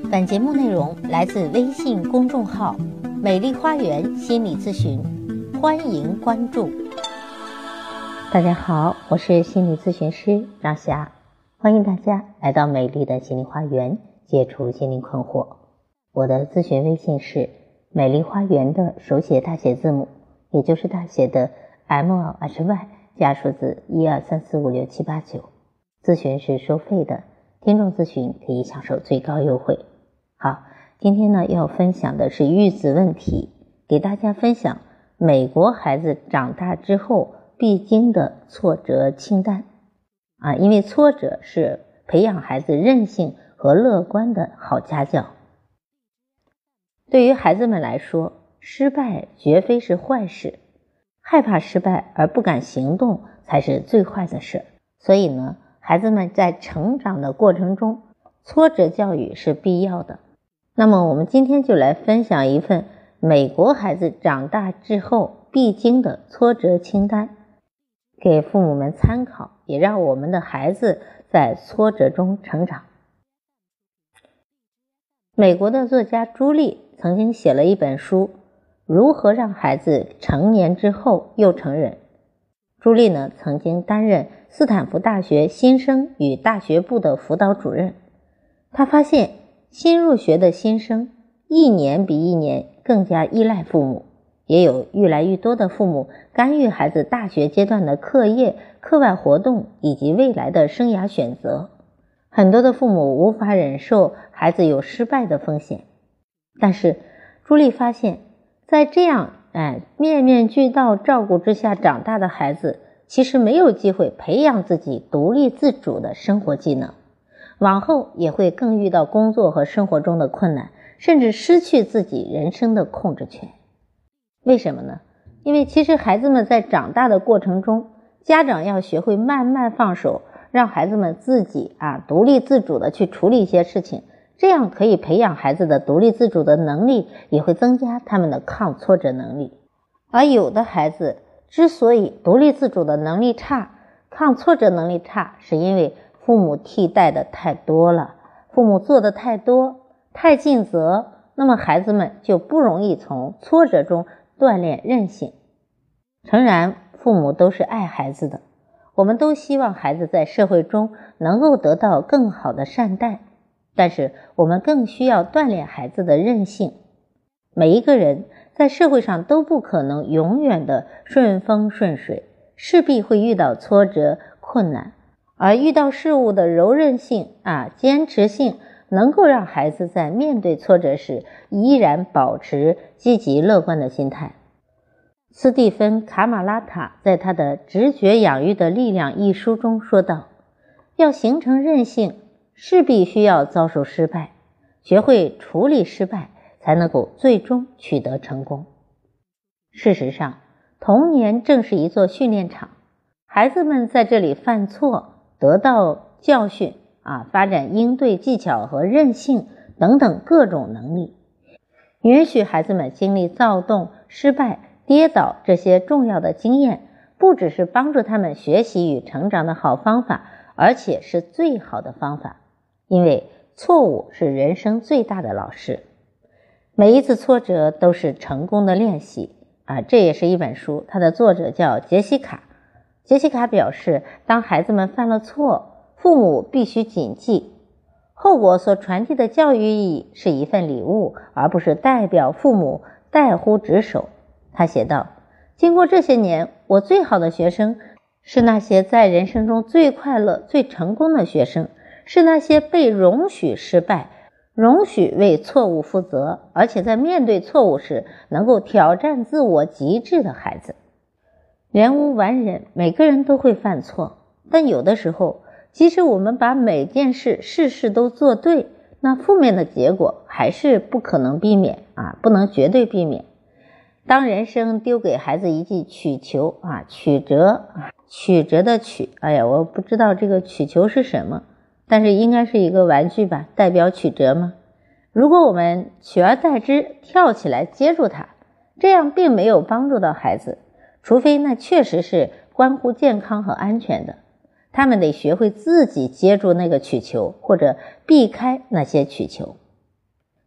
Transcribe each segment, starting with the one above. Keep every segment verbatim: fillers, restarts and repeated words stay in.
本节目内容来自微信公众号美丽花园心理咨询，欢迎关注。大家好，我是心理咨询师张霞，欢迎大家来到美丽的心理花园，解除心灵困惑。我的咨询微信是美丽花园的手写大写字母，也就是大写的 M L H Y 加数字一二三四五六七八九。咨询是收费的，听众咨询可以享受最高优惠。好，今天呢要分享的是育子问题，给大家分享美国孩子长大之后必经的挫折清单啊，因为挫折是培养孩子韧性和乐观的好家教。对于孩子们来说，失败绝非是坏事，害怕失败而不敢行动才是最坏的事。所以呢，孩子们在成长的过程中，挫折教育是必要的。那么我们今天就来分享一份美国孩子长大之后必经的挫折清单，给父母们参考，也让我们的孩子在挫折中成长。美国的作家朱莉曾经写了一本书，如何让孩子成年之后又成人。朱莉呢，曾经担任斯坦福大学新生与大学部的辅导主任。她发现新入学的新生一年比一年更加依赖父母，也有越来越多的父母干预孩子大学阶段的课业、课外活动以及未来的生涯选择。很多的父母无法忍受孩子有失败的风险，但是朱莉发现，在这样哎面面俱到照顾之下长大的孩子，其实没有机会培养自己独立自主的生活技能，往后也会更遇到工作和生活中的困难，甚至失去自己人生的控制权。为什么呢？因为其实孩子们在长大的过程中，家长要学会慢慢放手，让孩子们自己啊独立自主的去处理一些事情，这样可以培养孩子的独立自主的能力，也会增加他们的抗挫折能力。而有的孩子之所以独立自主的能力差，抗挫折能力差，是因为父母替代的太多了，父母做的太多，太尽责，那么孩子们就不容易从挫折中锻炼韧性。诚然，父母都是爱孩子的，我们都希望孩子在社会中能够得到更好的善待，但是我们更需要锻炼孩子的韧性。每一个人在社会上都不可能永远的顺风顺水，势必会遇到挫折困难，而遇到事物的柔韧性啊、坚持性，能够让孩子在面对挫折时依然保持积极乐观的心态。斯蒂芬·卡马拉塔在他的《直觉养育的力量》一书中说道，要形成韧性，势必需要遭受失败，学会处理失败，才能够最终取得成功。事实上，童年正是一座训练场，孩子们在这里犯错，得到教训啊，发展应对技巧和韧性等等各种能力。允许孩子们经历躁动、失败、跌倒这些重要的经验，不只是帮助他们学习与成长的好方法，而且是最好的方法。因为错误是人生最大的老师，每一次挫折都是成功的练习啊！这也是一本书，它的作者叫杰西卡。杰西卡表示，当孩子们犯了错，父母必须谨记，后果所传递的教育意义是一份礼物，而不是代表父母代乎职守。他写道，经过这些年，我最好的学生是那些在人生中最快乐、最成功的学生，是那些被容许失败，容许为错误负责，而且在面对错误时能够挑战自我极致的孩子。人无完人，每个人都会犯错，但有的时候，即使我们把每件事事事都做对，那负面的结果还是不可能避免啊，不能绝对避免。当人生丢给孩子一记曲球啊，曲折，曲折的曲，哎呀，我不知道这个曲球是什么，但是应该是一个玩具吧，代表曲折吗？如果我们取而代之，跳起来接住它，这样并没有帮助到孩子，除非那确实是关乎健康和安全的。他们得学会自己接住那个曲球，或者避开那些曲球。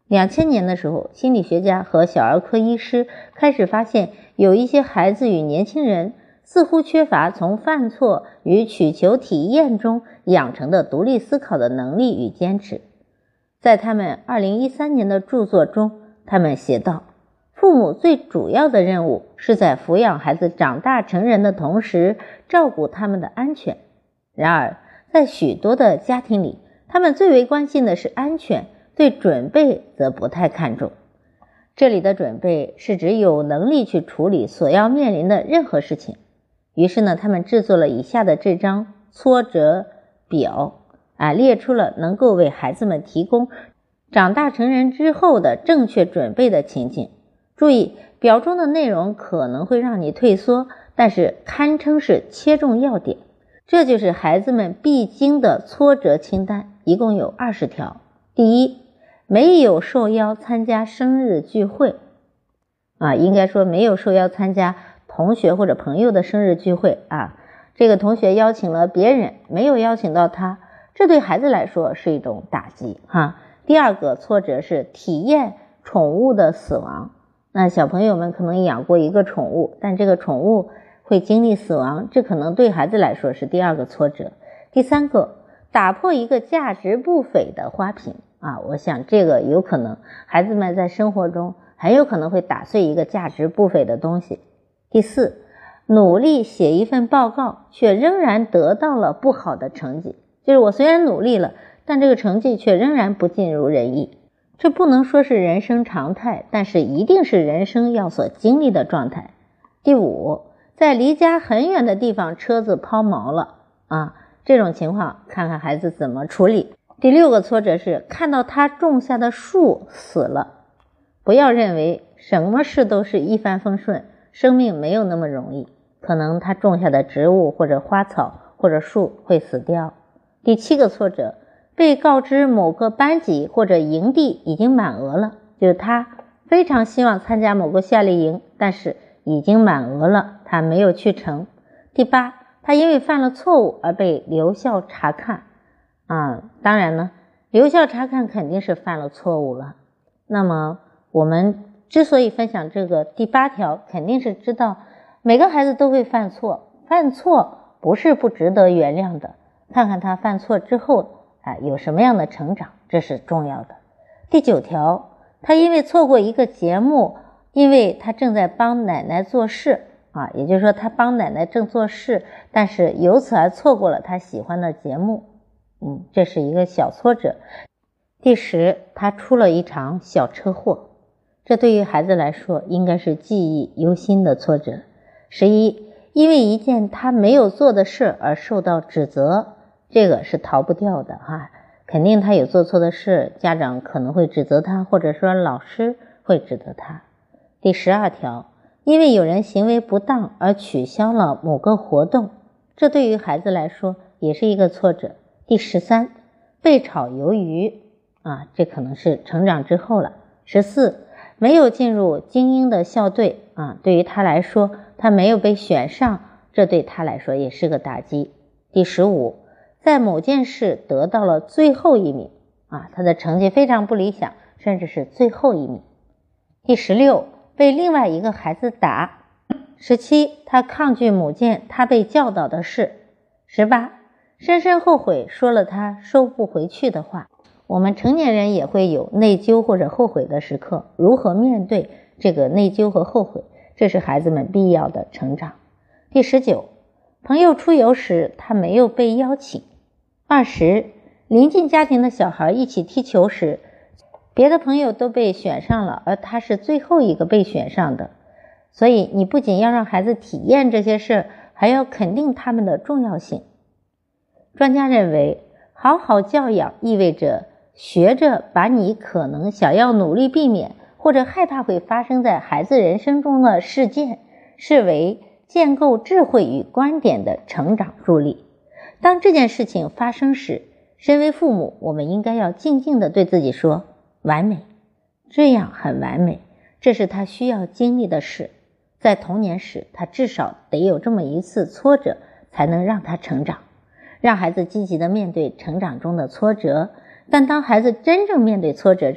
两千年的时候，心理学家和小儿科医师开始发现，有一些孩子与年轻人似乎缺乏从犯错与取求体验中养成的独立思考的能力与坚持。在他们二零一三年的著作中，他们写道，父母最主要的任务是在抚养孩子长大成人的同时，照顾他们的安全。然而，在许多的家庭里，他们最为关心的是安全，对准备则不太看重。这里的准备是指有能力去处理所要面临的任何事情。于是呢，他们制作了以下的这张挫折表，啊，列出了能够为孩子们提供长大成人之后的正确准备的情景。注意，表中的内容可能会让你退缩，但是堪称是切中要点。这就是孩子们必经的挫折清单，一共有二十条。第一，没有受邀参加生日聚会，啊，应该说没有受邀参加同学或者朋友的生日聚会啊。这个同学邀请了别人，没有邀请到他，这对孩子来说是一种打击哈。第二个挫折是体验宠物的死亡。那小朋友们可能养过一个宠物，但这个宠物会经历死亡，这可能对孩子来说是第二个挫折。第三个，打破一个价值不菲的花瓶啊，我想这个有可能孩子们在生活中很有可能会打碎一个价值不菲的东西。第四，努力写一份报告，却仍然得到了不好的成绩，就是我虽然努力了，但这个成绩却仍然不尽如人意。这不能说是人生常态，但是一定是人生要所经历的状态。第五，在离家很远的地方车子抛锚了啊，这种情况看看孩子怎么处理。第六个挫折是看到他种下的树死了。不要认为什么事都是一帆风顺，生命没有那么容易，可能他种下的植物或者花草或者树会死掉。第七个挫折，被告知某个班级或者营地已经满额了，就是他非常希望参加某个夏令营，但是已经满额了，他没有去成。第八，他因为犯了错误而被留校察看啊，当然呢，留校察看肯定是犯了错误了。那么我们之所以分享这个第八条，肯定是知道每个孩子都会犯错，犯错不是不值得原谅的，看看他犯错之后啊有什么样的成长，这是重要的。第九条，他因为错过一个节目，因为他正在帮奶奶做事啊，也就是说他帮奶奶正做事，但是由此而错过了他喜欢的节目，嗯，这是一个小挫折。第十，他出了一场小车祸，这对于孩子来说应该是记忆犹新的挫折。十一，因为一件他没有做的事而受到指责，这个是逃不掉的哈，肯定他有做错的事，家长可能会指责他，或者说老师会指责他。第十二条，因为有人行为不当而取消了某个活动，这对于孩子来说也是一个挫折。第十三，被炒鱿鱼啊，这可能是成长之后了。十四，没有进入精英的校队啊，对于他来说他没有被选上，这对他来说也是个打击。第十五，在某件事得到了最后一名啊，他的成绩非常不理想，甚至是最后一名。第十六，被另外一个孩子打。十七，他抗拒某件他被教导的事。十八，深深后悔说了他收不回去的话。我们成年人也会有内疚或者后悔的时刻，如何面对这个内疚和后悔，这是孩子们必要的成长。第十九，朋友出游时他没有被邀请。二十，邻近家庭的小孩一起踢球时，别的朋友都被选上了，而他是最后一个被选上的。所以你不仅要让孩子体验这些事，还要肯定他们的重要性。专家认为，好好教养意味着学着把你可能想要努力避免或者害怕会发生在孩子人生中的事件，视为建构智慧与观点的成长助力。当这件事情发生时，身为父母，我们应该要静静地对自己说，完美，这样很完美，这是他需要经历的事。在童年时，他至少得有这么一次挫折，才能让他成长。让孩子积极地面对成长中的挫折，但当孩子真正面对挫折时，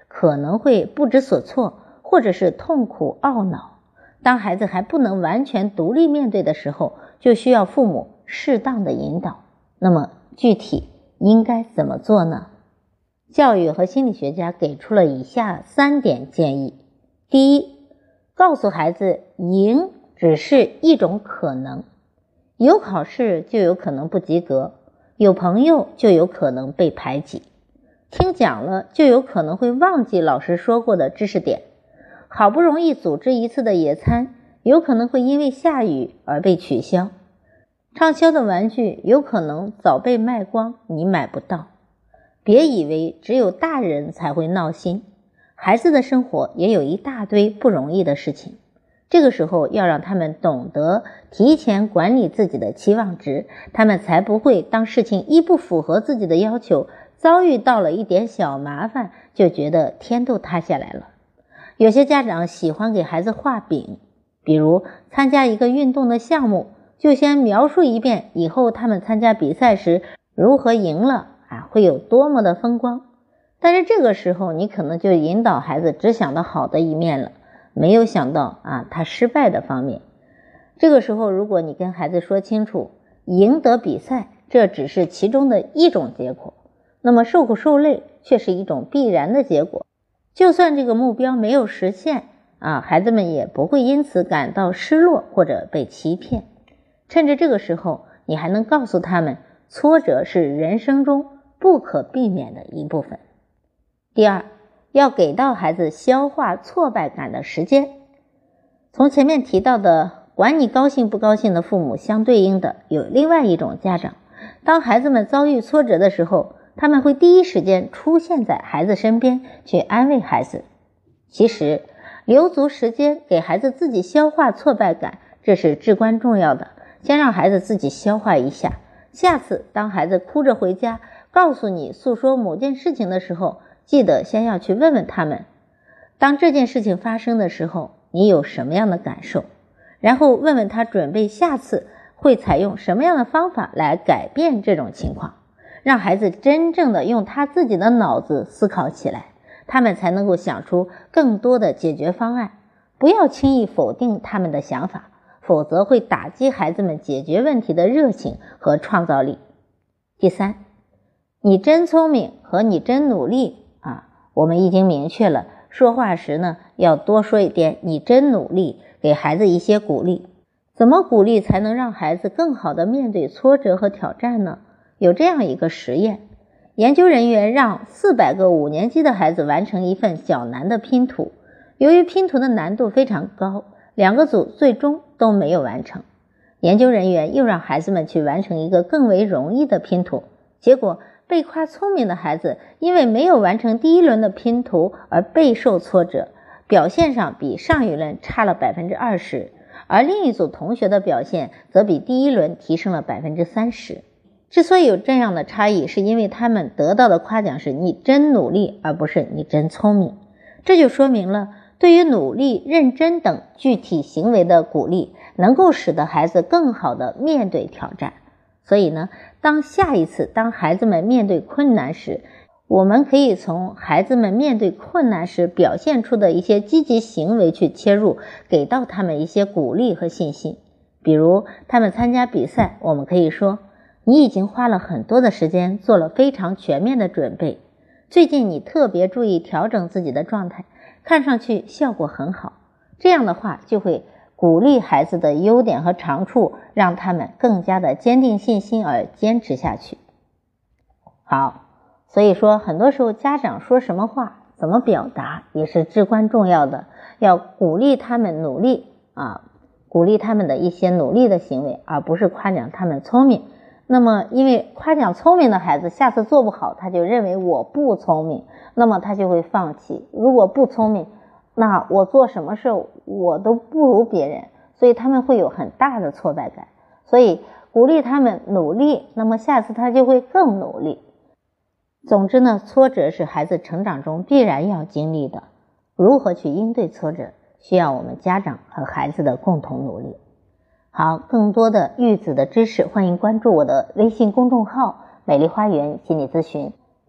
可能会不知所措，或者是痛苦懊恼。当孩子还不能完全独立面对的时候，就需要父母适当的引导。那么具体应该怎么做呢？教育和心理学家给出了以下三点建议。第一，告诉孩子赢只是一种可能，有考试就有可能不及格，有朋友就有可能被排挤，听讲了就有可能会忘记老师说过的知识点，好不容易组织一次的野餐，有可能会因为下雨而被取消，畅销的玩具有可能早被卖光，你买不到。别以为只有大人才会闹心，孩子的生活也有一大堆不容易的事情。这个时候要让他们懂得提前管理自己的期望值，他们才不会当事情一不符合自己的要求，遭遇到了一点小麻烦就觉得天都塌下来了。有些家长喜欢给孩子画饼，比如参加一个运动的项目，就先描述一遍以后他们参加比赛时如何赢了啊，会有多么的风光。但是这个时候你可能就引导孩子只想到好的一面了，没有想到啊他失败的方面。这个时候如果你跟孩子说清楚，赢得比赛这只是其中的一种结果，那么受苦受累却是一种必然的结果。就算这个目标没有实现啊，孩子们也不会因此感到失落或者被欺骗。趁着这个时候，你还能告诉他们，挫折是人生中不可避免的一部分。第二，要给到孩子消化挫败感的时间。从前面提到的管你高兴不高兴的父母相对应的有另外一种家长，当孩子们遭遇挫折的时候，他们会第一时间出现在孩子身边去安慰孩子。其实留足时间给孩子自己消化挫败感，这是至关重要的。先让孩子自己消化一下，下次当孩子哭着回家告诉你诉说某件事情的时候，记得先要去问问他们，当这件事情发生的时候你有什么样的感受，然后问问他准备下次会采用什么样的方法来改变这种情况，让孩子真正的用他自己的脑子思考起来，他们才能够想出更多的解决方案。不要轻易否定他们的想法，否则会打击孩子们解决问题的热情和创造力。第三，你真聪明和你真努力啊，我们已经明确了，说话时呢要多说一点你真努力，给孩子一些鼓励。怎么鼓励才能让孩子更好的面对挫折和挑战呢？有这样一个实验，研究人员让四百个五年级的孩子完成一份较难的拼图，由于拼图的难度非常高，两个组最终都没有完成。研究人员又让孩子们去完成一个更为容易的拼图，结果被夸聪明的孩子因为没有完成第一轮的拼图而备受挫折，表现上比上一轮差了 百分之二十， 而另一组同学的表现则比第一轮提升了 百分之三十。 之所以有这样的差异，是因为他们得到的夸奖是你真努力，而不是你真聪明。这就说明了对于努力、认真等具体行为的鼓励，能够使得孩子更好地面对挑战。所以呢，当下一次当孩子们面对困难时，我们可以从孩子们面对困难时表现出的一些积极行为去切入，给到他们一些鼓励和信心。比如他们参加比赛，我们可以说，你已经花了很多的时间做了非常全面的准备，最近你特别注意调整自己的状态，看上去效果很好。这样的话就会鼓励孩子的优点和长处，让他们更加的坚定信心而坚持下去。好，所以说很多时候家长说什么话，怎么表达也是至关重要的，要鼓励他们努力啊，鼓励他们的一些努力的行为，而不是夸奖他们聪明。那么因为夸奖聪明的孩子下次做不好，他就认为我不聪明，那么他就会放弃。如果不聪明，那我做什么事我都不如别人，所以他们会有很大的挫败感。所以鼓励他们努力，那么下次他就会更努力。总之呢，挫折是孩子成长中必然要经历的，如何去应对挫折，需要我们家长和孩子的共同努力。好，更多的育子的知识，欢迎关注我的微信公众号美丽花园心理咨询。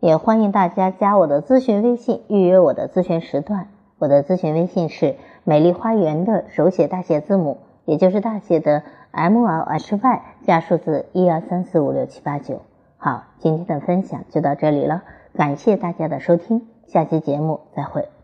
也欢迎大家加我的咨询微信，预约我的咨询时段。我的咨询微信是美丽花园的手写大写字母，也就是大写的 M L H Y 加数字一二三四五六七八九。好，今天的分享就到这里了，感谢大家的收听，下期节目再会。